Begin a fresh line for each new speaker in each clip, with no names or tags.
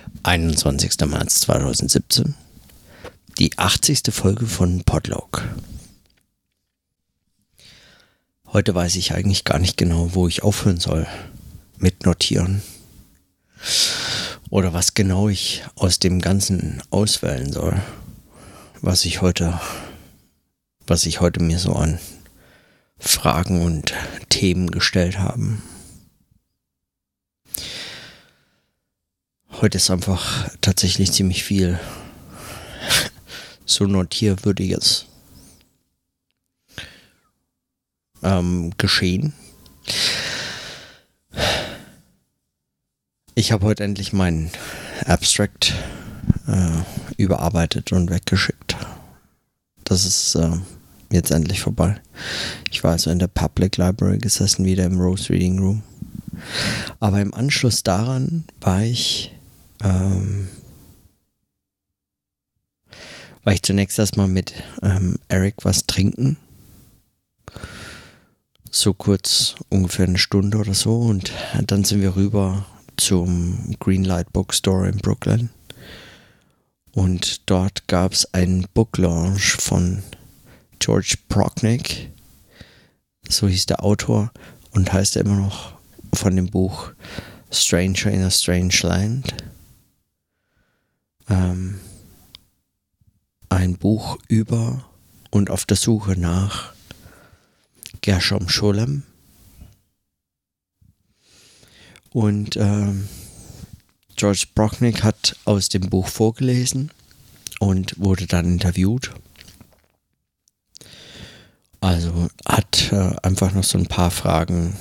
21. März 2017, die 80. Folge von Podlog. Heute weiß ich eigentlich gar nicht genau, wo ich aufhören soll mit Notieren. Oder was genau ich aus dem Ganzen auswählen soll, was ich heute mir so an Fragen und Themen gestellt haben. Heute ist einfach tatsächlich ziemlich viel so Notierwürdiges geschehen. Ich habe heute endlich meinen Abstract überarbeitet und weggeschickt. Das ist jetzt endlich vorbei. Ich war also in der Public Library gesessen, wieder im Rose Reading Room. Aber im Anschluss daran war ich zunächst erstmal mit Eric was trinken. So kurz, ungefähr eine Stunde oder so. Und dann sind wir rüber zum Greenlight Bookstore in Brooklyn. Und dort gab es einen Book Launch von George Prochnick. So hieß der Autor und heißt er immer noch, von dem Buch Stranger in a Strange Land. Ein Buch über und auf der Suche nach Gershom Scholem. Und George Prochnick hat aus dem Buch vorgelesen und wurde dann interviewt. Also hat einfach noch so ein paar Fragen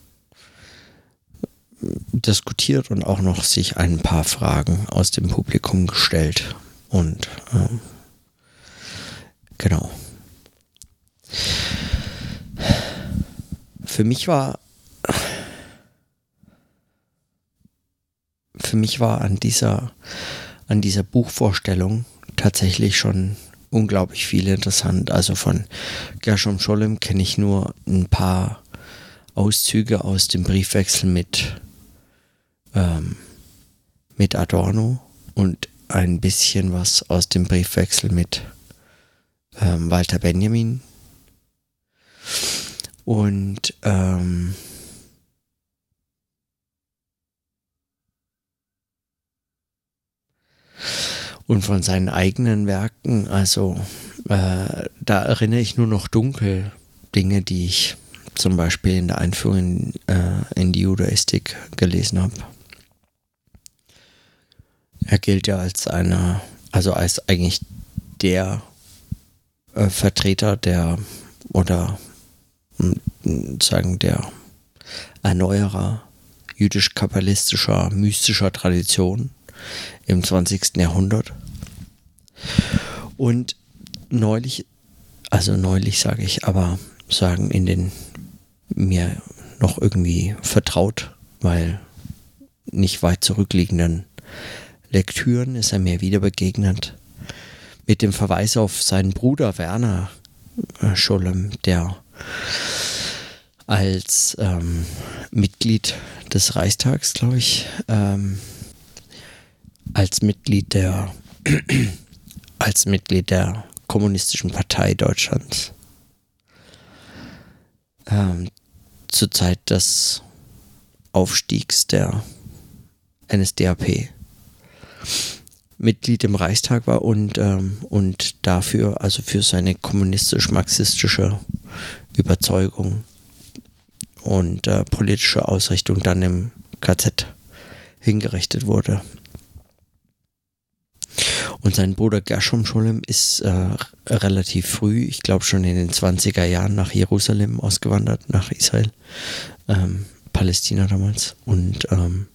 diskutiert und auch noch sich ein paar Fragen aus dem Publikum gestellt. Und genau. Für mich war an dieser Buchvorstellung tatsächlich schon unglaublich viel interessant. Also von Gershom Scholem kenne ich nur ein paar Auszüge aus dem Briefwechsel mit Adorno und ein bisschen was aus dem Briefwechsel mit Walter Benjamin. Und von seinen eigenen Werken, also da erinnere ich nur noch dunkel Dinge, die ich zum Beispiel in der Einführung in die Judaistik gelesen habe. Er gilt ja als als eigentlich der Vertreter der Erneuerer jüdisch-kabbalistischer, mystischer Tradition im 20. Jahrhundert. Und neulich sage ich, aber sagen in den mir noch irgendwie vertraut, weil nicht weit zurückliegenden Lektüren ist er mir wieder begegnet mit dem Verweis auf seinen Bruder Werner Scholem, der als Mitglied des Reichstags, glaube ich, als Mitglied der Kommunistischen Partei Deutschlands zur Zeit des Aufstiegs der NSDAP Mitglied im Reichstag war und dafür, also für seine kommunistisch-marxistische Überzeugung und politische Ausrichtung dann im KZ hingerichtet wurde. Und sein Bruder Gershom Scholem ist relativ früh, ich glaube schon in den 20er Jahren, nach Jerusalem ausgewandert, nach Israel, Palästina damals, und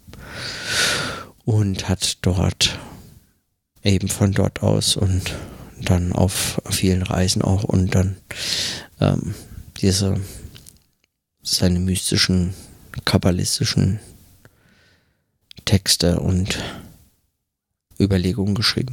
hat dort eben von dort aus und dann auf vielen Reisen auch und dann seine mystischen, kabbalistischen Texte und Überlegungen geschrieben.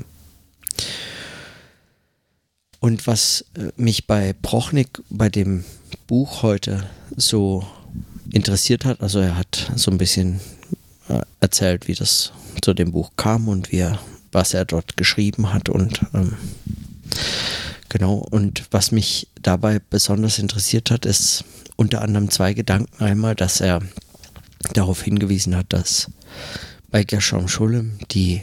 Und was mich bei Prochnick, bei dem Buch heute so interessiert hat, also er hat so ein bisschen erzählt, wie das zu dem Buch kam und was er dort geschrieben hat. Und genau, und was mich dabei besonders interessiert hat, ist unter anderem 2 Gedanken. Einmal, dass er darauf hingewiesen hat, dass bei Gershom Scholem die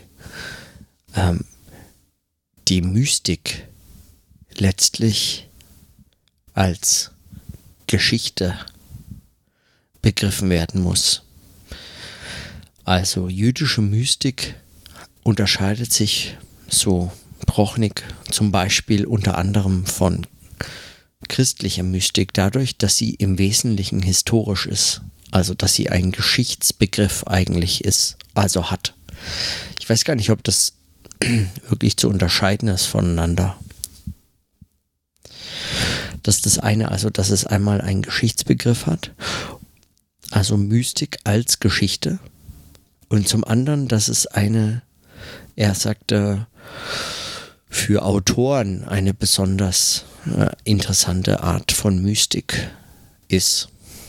Mystik letztlich als Geschichte begriffen werden muss. Also jüdische Mystik unterscheidet sich, so Prochnik, zum Beispiel unter anderem von christlicher Mystik dadurch, dass sie im Wesentlichen historisch ist. Also dass sie ein Geschichtsbegriff eigentlich ist, also hat. Ich weiß gar nicht, ob das wirklich zu unterscheiden ist voneinander. Das ist das eine, also dass es einmal einen Geschichtsbegriff hat, also Mystik als Geschichte, und zum anderen, dass es er sagte, für Autoren eine besonders interessante Art von Mystik ist,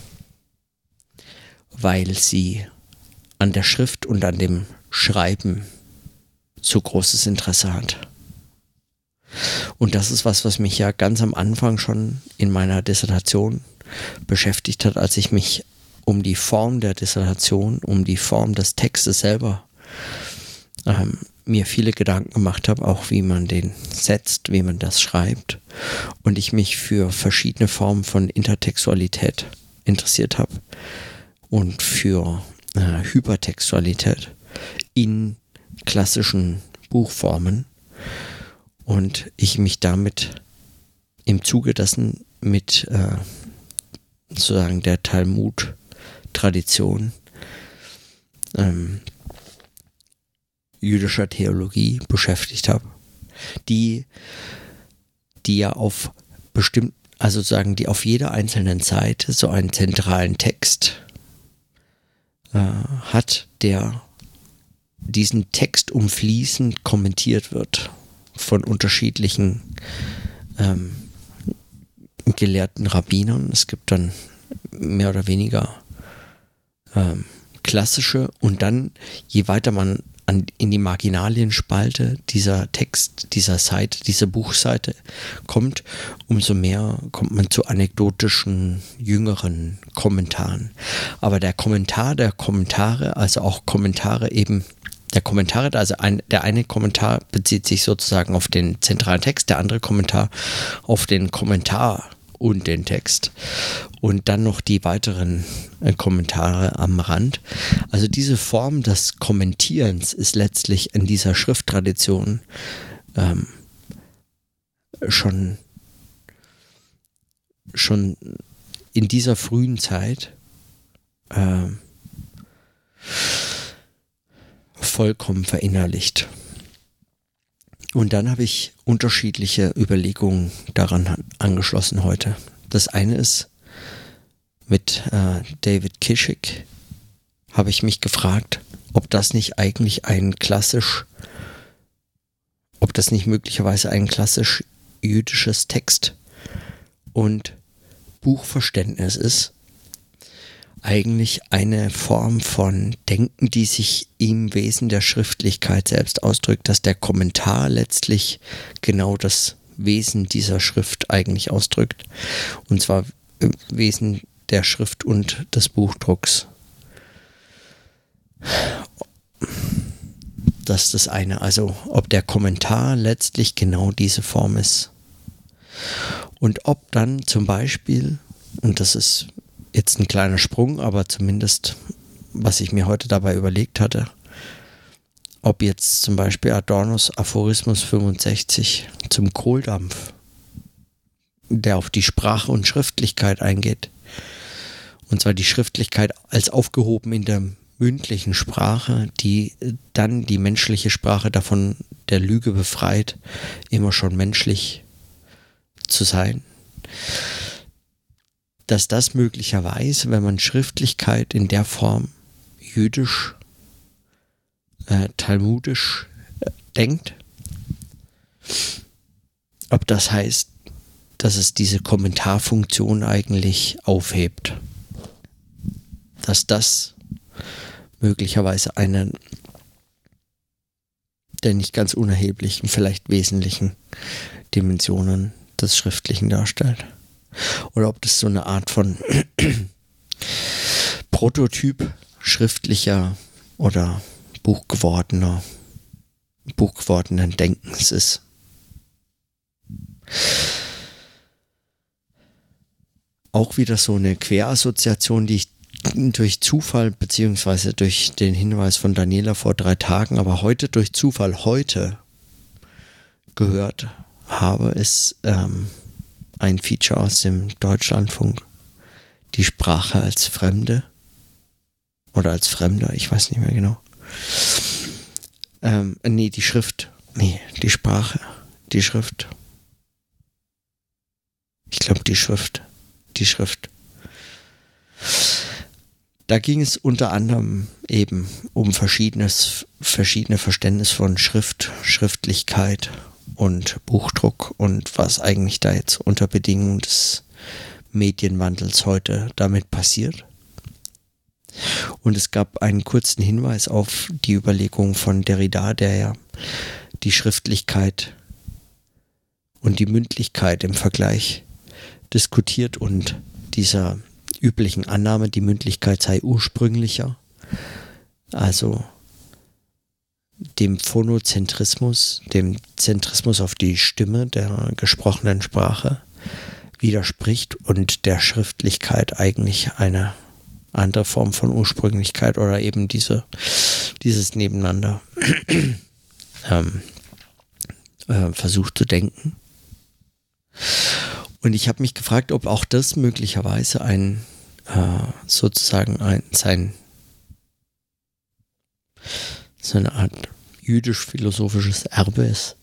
weil sie an der Schrift und an dem Schreiben so großes Interesse hat. Und das ist was mich ja ganz am Anfang schon in meiner Dissertation beschäftigt hat, als ich mich um die Form der Dissertation, um die Form des Textes selber mir viele Gedanken gemacht habe, auch wie man den setzt, wie man das schreibt, und ich mich für verschiedene Formen von Intertextualität interessiert habe und für Hypertextualität in klassischen Buchformen, und ich mich damit im Zuge dessen mit sozusagen der Talmud-Tradition jüdischer Theologie beschäftigt habe, die ja auf also sozusagen, die auf jeder einzelnen Seite so einen zentralen Text hat, der diesen Text umfließend kommentiert wird von unterschiedlichen gelehrten Rabbinern. Es gibt dann mehr oder weniger klassische, und dann, je weiter man in die Marginalienspalte dieser Seite, dieser Buchseite kommt, umso mehr kommt man zu anekdotischen, jüngeren Kommentaren. Aber der Kommentar der Kommentare, also auch Kommentare eben, der eine Kommentar bezieht sich sozusagen auf den zentralen Text, der andere Kommentar auf den Kommentar und den Text. Und dann noch die weiteren Kommentare am Rand. Also diese Form des Kommentierens ist letztlich in dieser Schrifttradition schon in dieser frühen Zeit vollkommen verinnerlicht. Und dann habe ich unterschiedliche Überlegungen daran angeschlossen heute. Das eine ist, mit David Kishik habe ich mich gefragt, ob das nicht möglicherweise ein klassisch jüdisches Text- und Buchverständnis ist. Eigentlich eine Form von Denken, die sich im Wesen der Schriftlichkeit selbst ausdrückt, dass der Kommentar letztlich genau das Wesen dieser Schrift eigentlich ausdrückt. Und zwar im Wesen der Schrift und des Buchdrucks. Das ist das eine. Also ob der Kommentar letztlich genau diese Form ist. Und ob dann zum Beispiel, und das ist jetzt ein kleiner Sprung, aber zumindest, was ich mir heute dabei überlegt hatte, ob jetzt zum Beispiel Adornos Aphorismus 65 zum Kohldampf, der auf die Sprache und Schriftlichkeit eingeht, und zwar die Schriftlichkeit als aufgehoben in der mündlichen Sprache, die dann die menschliche Sprache davon der Lüge befreit, immer schon menschlich zu sein, dass das möglicherweise, wenn man Schriftlichkeit in der Form jüdisch, talmudisch denkt, ob das heißt, dass es diese Kommentarfunktion eigentlich aufhebt. Dass das möglicherweise eine der nicht ganz unerheblichen, vielleicht wesentlichen Dimensionen des Schriftlichen darstellt. Oder ob das so eine Art von Prototyp schriftlicher oder buchgewordenen Denkens ist. Auch wieder so eine Querassoziation, die ich durch Zufall beziehungsweise durch den Hinweis von Daniela vor 3 Tagen, aber heute durch Zufall gehört habe, ist ein Feature aus dem Deutschlandfunk. Die Sprache als Fremde oder als Fremder, ich weiß nicht mehr genau. Die Schrift. Nee, die Sprache. Die Schrift. Ich glaube, die Schrift. Da ging es unter anderem eben um verschiedene Verständnis von Schrift, Schriftlichkeit und Buchdruck und was eigentlich da jetzt unter Bedingungen des Medienwandels heute damit passiert. Und es gab einen kurzen Hinweis auf die Überlegung von Derrida, der ja die Schriftlichkeit und die Mündlichkeit im Vergleich diskutiert und dieser üblichen Annahme, die Mündlichkeit sei ursprünglicher, also dem Phonozentrismus, dem Zentrismus auf die Stimme der gesprochenen Sprache widerspricht und der Schriftlichkeit eigentlich eine andere Form von Ursprünglichkeit oder eben dieses Nebeneinander versucht zu denken. Und ich habe mich gefragt, ob auch das möglicherweise so eine Art jüdisch-philosophisches Erbe ist.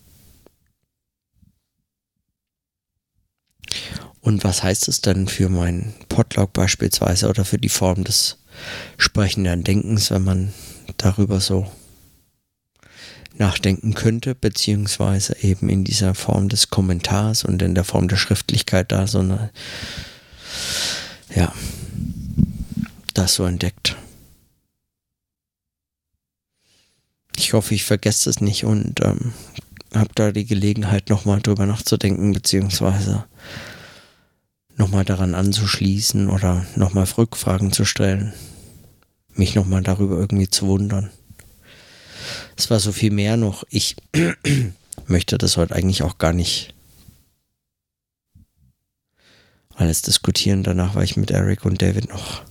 Und was heißt es dann für meinen Podlog beispielsweise oder für die Form des sprechenden Denkens, wenn man darüber so nachdenken könnte, beziehungsweise eben in dieser Form des Kommentars und in der Form der Schriftlichkeit da, sondern ja, das so entdeckt. Ich hoffe, ich vergesse es nicht und habe da die Gelegenheit, nochmal drüber nachzudenken, beziehungsweise nochmal daran anzuschließen oder nochmal Rückfragen zu stellen, mich nochmal darüber irgendwie zu wundern. Es war so viel mehr noch. Ich möchte das heute eigentlich auch gar nicht alles diskutieren. Danach war ich mit Eric und David noch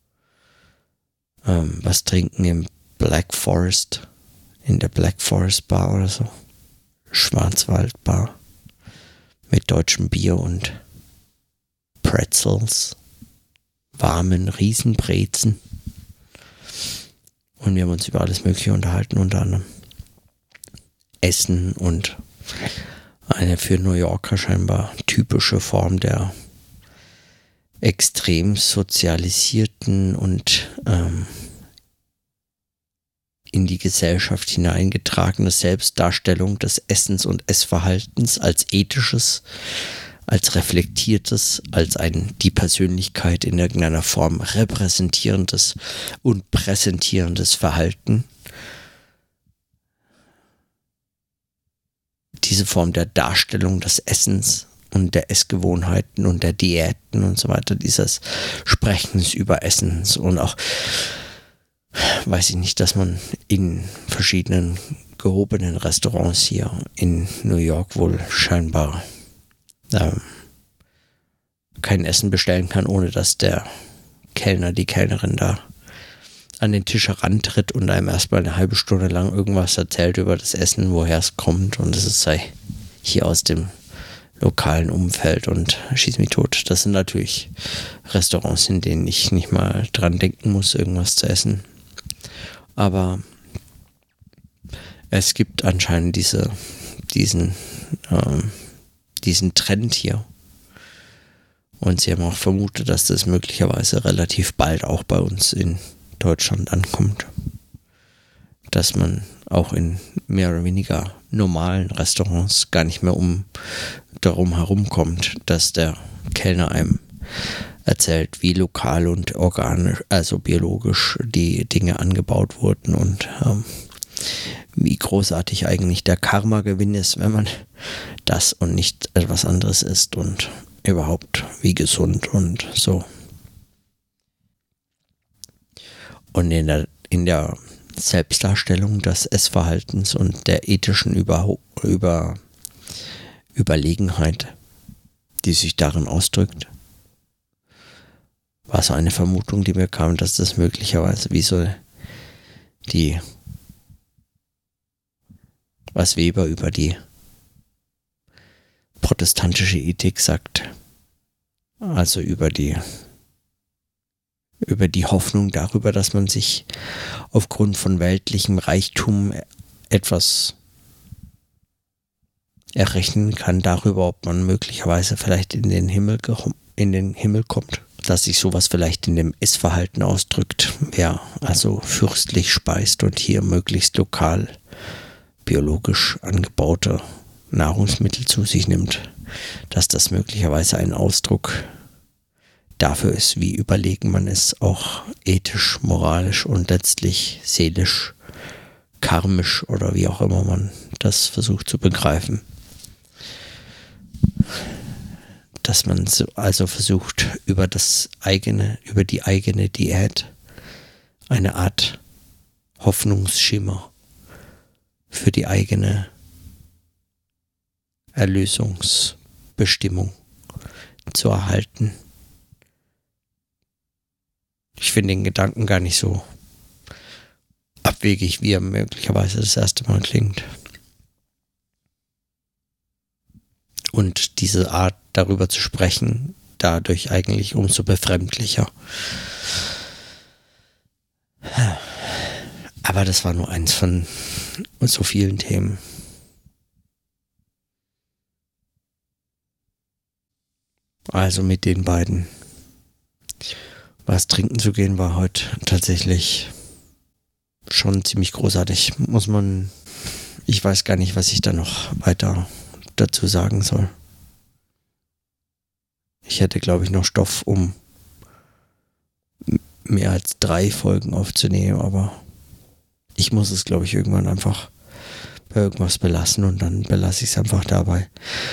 was trinken im Black Forest, in der Black Forest Bar oder so. Schwarzwald Bar mit deutschem Bier und Pretzels, warmen Riesenbrezen. Und wir haben uns über alles Mögliche unterhalten, unter anderem Essen und eine für New Yorker scheinbar typische Form der extrem sozialisierten und in die Gesellschaft hineingetragene Selbstdarstellung des Essens und Essverhaltens als ethisches, als reflektiertes, als die Persönlichkeit in irgendeiner Form repräsentierendes und präsentierendes Verhalten. Diese Form der Darstellung des Essens und der Essgewohnheiten und der Diäten und so weiter, dieses Sprechens über Essens und auch, weiß ich nicht, dass man in verschiedenen gehobenen Restaurants hier in New York wohl scheinbar kein Essen bestellen kann, ohne dass der Kellner, die Kellnerin da an den Tisch herantritt und einem erstmal eine halbe Stunde lang irgendwas erzählt über das Essen, woher es kommt und es sei hier aus dem lokalen Umfeld und schieß mich tot. Das sind natürlich Restaurants, in denen ich nicht mal dran denken muss, irgendwas zu essen. Aber es gibt anscheinend diesen Trend hier. Und sie haben auch vermutet, dass das möglicherweise relativ bald auch bei uns in Deutschland ankommt. Dass man auch in mehr oder weniger normalen Restaurants gar nicht mehr darum herumkommt, dass der Kellner einem erzählt, wie lokal und organisch, also biologisch die Dinge angebaut wurden und wie großartig eigentlich der Karma-Gewinn ist, wenn man das und nicht etwas anderes isst und überhaupt wie gesund und so. Und in der Selbstdarstellung des Essverhaltens und der ethischen Überlegenheit, die sich darin ausdrückt, war so eine Vermutung, die mir kam, dass das möglicherweise wie so was Weber über die protestantische Ethik sagt, also über die Hoffnung darüber, dass man sich aufgrund von weltlichem Reichtum etwas errechnen kann darüber, ob man möglicherweise vielleicht in den Himmel kommt, dass sich sowas vielleicht in dem Essverhalten ausdrückt, wer also fürstlich speist und hier möglichst lokal biologisch angebaute Nahrungsmittel zu sich nimmt, dass das möglicherweise ein Ausdruck dafür ist, wie überlegen man es auch ethisch, moralisch und letztlich seelisch, karmisch oder wie auch immer man das versucht zu begreifen. Dass man also versucht, über die eigene Diät eine Art Hoffnungsschimmer für die eigene Erlösungsbestimmung zu erhalten. Ich finde den Gedanken gar nicht so abwegig, wie er möglicherweise das erste Mal klingt. Und diese Art, darüber zu sprechen, dadurch eigentlich umso befremdlicher. Aber das war nur eins von so vielen Themen. Also mit den beiden. Was trinken zu gehen war heute tatsächlich schon ziemlich großartig. Ich weiß gar nicht, was ich da noch weiter dazu sagen soll. Ich hätte, glaube ich, noch Stoff, um mehr als 3 Folgen aufzunehmen, aber ich muss es, glaube ich, irgendwann einfach bei irgendwas belassen und dann belasse ich es einfach dabei.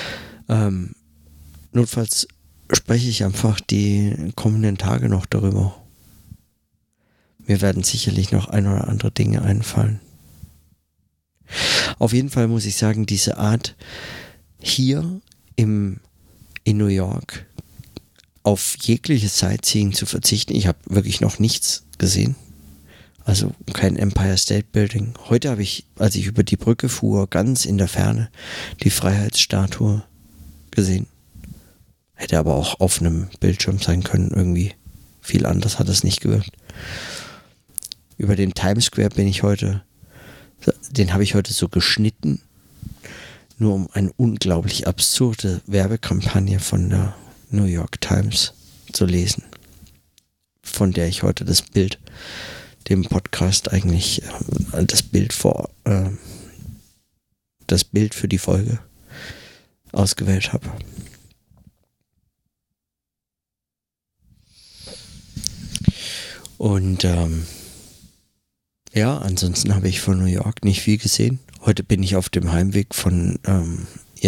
Notfalls spreche ich einfach die kommenden Tage noch darüber. Mir werden sicherlich noch ein oder andere Dinge einfallen. Auf jeden Fall muss ich sagen, diese Art hier in New York auf jegliches Sightseeing zu verzichten. Ich habe wirklich noch nichts gesehen. Also kein Empire State Building. Heute habe ich, als ich über die Brücke fuhr, ganz in der Ferne die Freiheitsstatue gesehen. Hätte aber auch auf einem Bildschirm sein können, irgendwie. Viel anders hat es nicht gewirkt. Über den Times Square den habe ich heute so geschnitten, nur um eine unglaublich absurde Werbekampagne von der New York Times zu lesen, von der ich heute das Bild, dem Podcast eigentlich das Bild für die Folge ausgewählt habe. Und ansonsten habe ich von New York nicht viel gesehen. Heute bin ich auf dem Heimweg von dem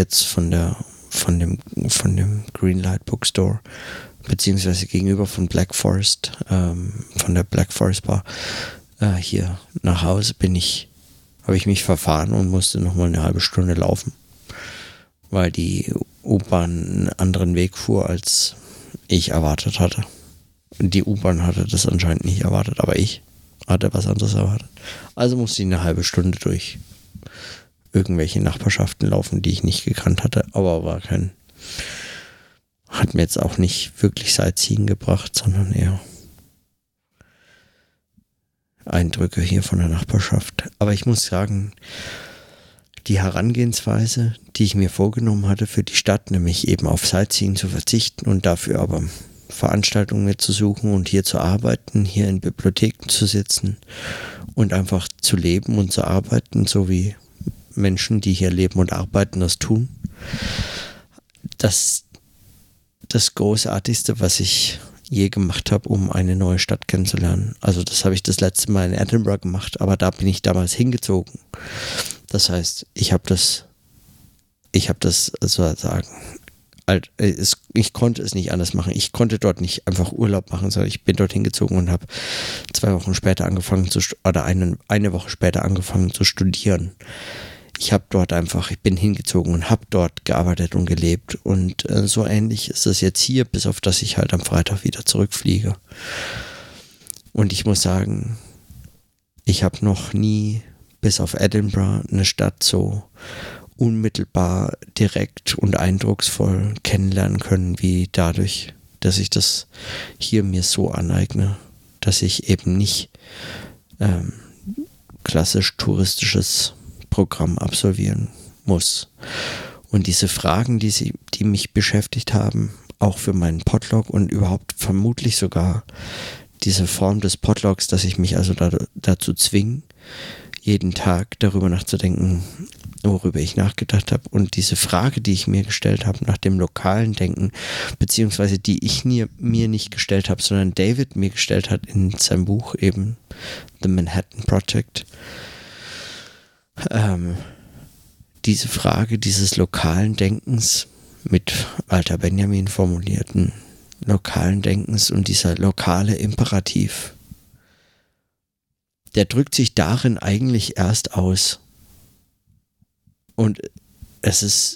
Greenlight Bookstore, beziehungsweise gegenüber von Black Forest, von der Black Forest Bar, hier nach Hause habe ich mich verfahren und musste nochmal eine halbe Stunde laufen, weil die U-Bahn einen anderen Weg fuhr, als ich erwartet hatte. Die U-Bahn hatte das anscheinend nicht erwartet, aber ich hatte was anderes erwartet. Also musste ich eine halbe Stunde durch irgendwelche Nachbarschaften laufen, die ich nicht gekannt hatte, aber hat mir jetzt auch nicht wirklich Sightseeing gebracht, sondern eher Eindrücke hier von der Nachbarschaft. Aber ich muss sagen, die Herangehensweise, die ich mir vorgenommen hatte für die Stadt, nämlich eben auf Sightseeing zu verzichten und dafür aber Veranstaltungen mir zu suchen und hier zu arbeiten, hier in Bibliotheken zu sitzen und einfach zu leben und zu arbeiten, so wie Menschen, die hier leben und arbeiten, das tun. Das Großartigste, was ich je gemacht habe, um eine neue Stadt kennenzulernen. Also das habe ich das letzte Mal in Edinburgh gemacht, aber da bin ich damals hingezogen. Das heißt, ich habe das sozusagen, ich konnte es nicht anders machen. Ich konnte dort nicht einfach Urlaub machen, sondern ich bin dort hingezogen und habe 2 Wochen später angefangen eine Woche später angefangen zu studieren. Ich bin hingezogen und habe dort gearbeitet und gelebt und so ähnlich ist es jetzt hier, bis auf dass ich halt am Freitag wieder zurückfliege. Und ich muss sagen, ich habe noch nie bis auf Edinburgh eine Stadt so unmittelbar, direkt und eindrucksvoll kennenlernen können, wie dadurch, dass ich das hier mir so aneigne, dass ich eben nicht klassisch touristisches Programm absolvieren muss. Und diese Fragen, die mich beschäftigt haben, auch für meinen Podlog und überhaupt vermutlich sogar diese Form des Podlogs, dass ich mich also dazu zwinge, jeden Tag darüber nachzudenken, worüber ich nachgedacht habe. Und diese Frage, die ich mir gestellt habe nach dem lokalen Denken, beziehungsweise die ich mir nicht gestellt habe, sondern David mir gestellt hat in seinem Buch eben The Manhattan Project, diese Frage dieses lokalen Denkens mit Walter Benjamin formulierten lokalen Denkens und dieser lokale Imperativ, der drückt sich darin eigentlich erst aus. Und es ist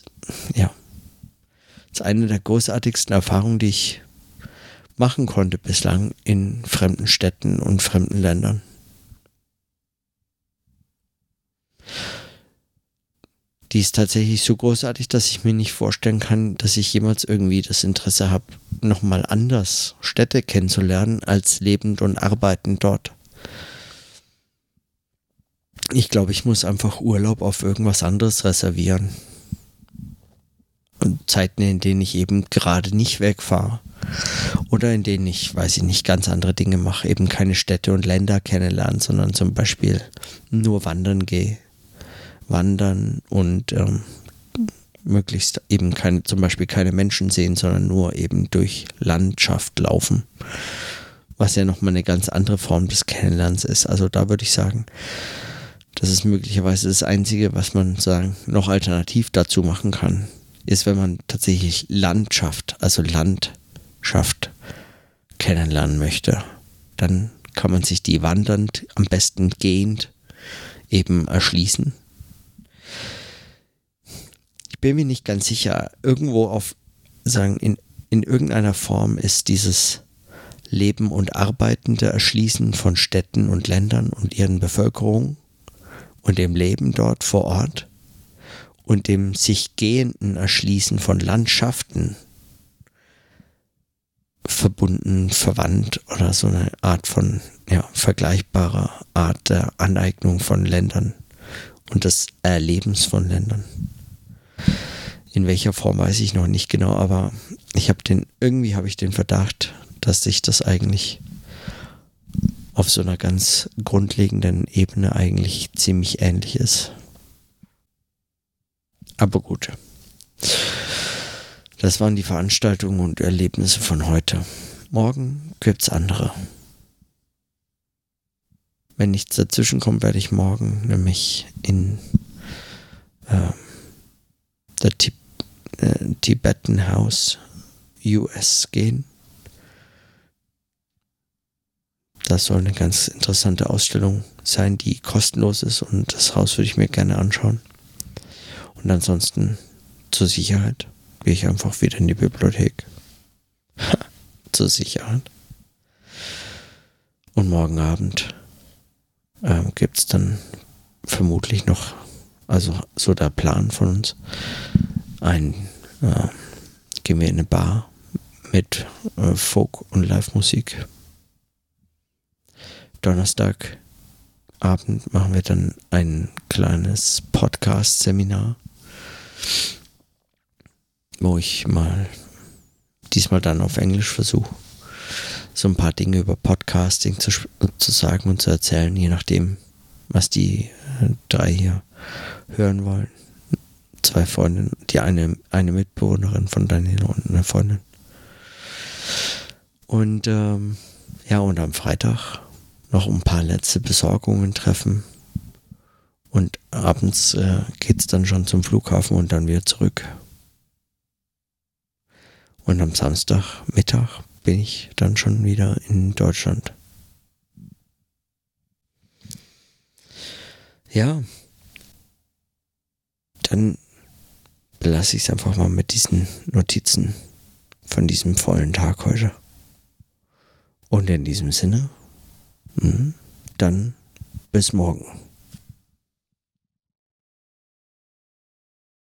eine der großartigsten Erfahrungen, die ich machen konnte bislang in fremden Städten und fremden Ländern. Die ist tatsächlich so großartig, dass ich mir nicht vorstellen kann, dass ich jemals irgendwie das Interesse habe, nochmal anders Städte kennenzulernen, als lebend und arbeitend dort. Ich glaube, ich muss einfach Urlaub auf irgendwas anderes reservieren. Und Zeiten, in denen ich eben gerade nicht wegfahre. Oder in denen ich, weiß ich nicht, ganz andere Dinge mache. Eben keine Städte und Länder kennenlernen, sondern zum Beispiel nur wandern gehe. Wandern und möglichst eben zum Beispiel keine Menschen sehen, sondern nur eben durch Landschaft laufen. Was ja nochmal eine ganz andere Form des Kennenlernens ist. Also da würde ich sagen, das ist möglicherweise das Einzige, was man noch alternativ dazu machen kann, ist, wenn man tatsächlich Landschaft kennenlernen möchte. Dann kann man sich die wandernd, am besten gehend eben erschließen. Ich bin mir nicht ganz sicher, irgendwo in irgendeiner Form ist dieses Leben und arbeitende Erschließen von Städten und Ländern und ihren Bevölkerungen und dem Leben dort vor Ort und dem sich gehenden Erschließen von Landschaften verbunden, verwandt oder so eine Art von vergleichbarer Art der Aneignung von Ländern und des Erlebens von Ländern. In welcher Form weiß ich noch nicht genau, aber irgendwie habe ich den Verdacht, dass sich das eigentlich auf so einer ganz grundlegenden Ebene eigentlich ziemlich ähnlich ist. Aber gut. Das waren die Veranstaltungen und Erlebnisse von heute. Morgen gibt's andere. Wenn nichts dazwischen kommt, werde ich morgen nämlich in der Tibetan House US gehen. Das soll eine ganz interessante Ausstellung sein, die kostenlos ist und das Haus würde ich mir gerne anschauen. Und ansonsten zur Sicherheit gehe ich einfach wieder in die Bibliothek. Zur Sicherheit. Und morgen Abend gibt es dann vermutlich noch, also so der Plan von uns, gehen wir in eine Bar mit Folk- und Live-Musik. Donnerstagabend machen wir dann ein kleines Podcast-Seminar, wo ich diesmal dann auf Englisch versuche, so ein paar Dinge über Podcasting zu sagen und zu erzählen, je nachdem, was die 3 hier hören wollen. 2 Freundinnen, eine Mitbewohnerin von Daniela und eine Freundin. Und ja, und am Freitag noch ein paar letzte Besorgungen treffen. Und abends geht's dann schon zum Flughafen und dann wieder zurück. Und am Samstagmittag bin ich dann schon wieder in Deutschland. Ja, dann belasse ich es einfach mal mit diesen Notizen von diesem vollen Tag heute. Und in diesem Sinne, dann bis morgen.